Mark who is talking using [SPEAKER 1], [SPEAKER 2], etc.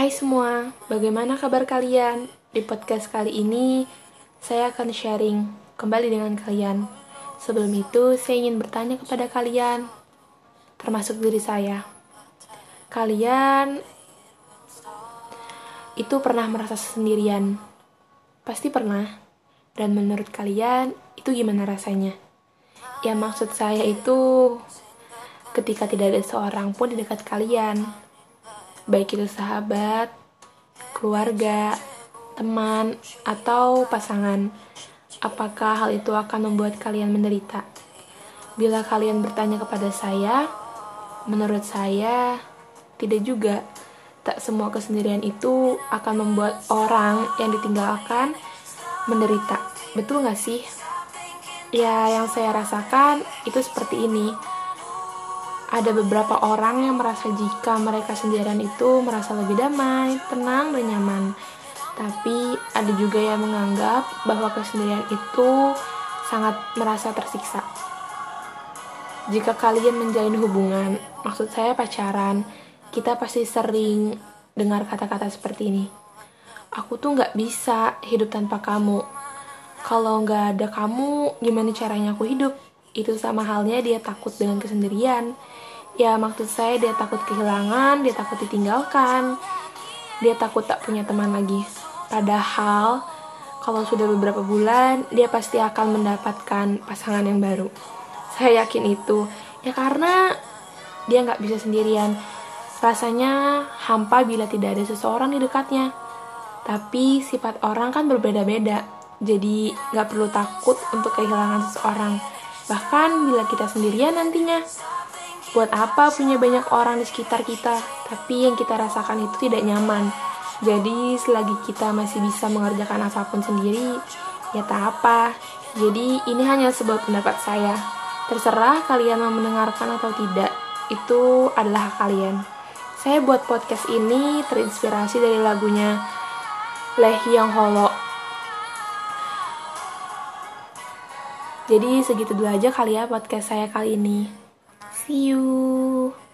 [SPEAKER 1] Hai semua, bagaimana kabar kalian? Di podcast kali ini, saya akan sharing kembali dengan kalian. Sebelum itu, saya ingin bertanya kepada kalian, termasuk diri saya. Kalian itu pernah merasa sendirian? Pasti pernah. Dan menurut kalian, itu gimana rasanya? Ya maksud saya itu, ketika tidak ada seorang pun di dekat kalian. Baik itu sahabat, keluarga, teman, atau pasangan. Apakah hal itu akan membuat kalian menderita? Bila kalian bertanya kepada saya, menurut saya, tidak juga. Tak semua kesendirian itu akan membuat orang yang ditinggalkan menderita. Betul gak sih? Ya, yang saya rasakan itu seperti ini. Ada beberapa orang yang merasa jika mereka sendirian itu merasa lebih damai, tenang, dan nyaman. Tapi ada juga yang menganggap bahwa kesendirian itu sangat merasa tersiksa. Jika kalian menjalin hubungan, maksud saya pacaran, kita pasti sering dengar kata-kata seperti ini. Aku tuh gak bisa hidup tanpa kamu. Kalau gak ada kamu, gimana caranya aku hidup? Itu sama halnya dia takut dengan kesendirian. Ya maksud saya dia takut kehilangan, dia takut ditinggalkan, dia takut tak punya teman lagi. Padahal kalau sudah beberapa bulan, dia pasti akan mendapatkan pasangan yang baru. Saya yakin itu. Ya karena dia gak bisa sendirian. Rasanya hampa bila tidak ada seseorang di dekatnya. Tapi sifat orang kan berbeda-beda. Jadi gak perlu takut untuk kehilangan seseorang. Bahkan bila kita sendirian nantinya. Buat apa punya banyak orang di sekitar kita, tapi yang kita rasakan itu tidak nyaman. Jadi selagi kita masih bisa mengerjakan apapun sendiri, ya tak apa. Jadi ini hanya sebuah pendapat saya. Terserah kalian mau mendengarkan atau tidak, itu adalah hak kalian. Saya buat podcast ini terinspirasi dari lagunya Lee Hyung Holo. Jadi segitu dulu aja kali ya podcast saya kali ini. See you.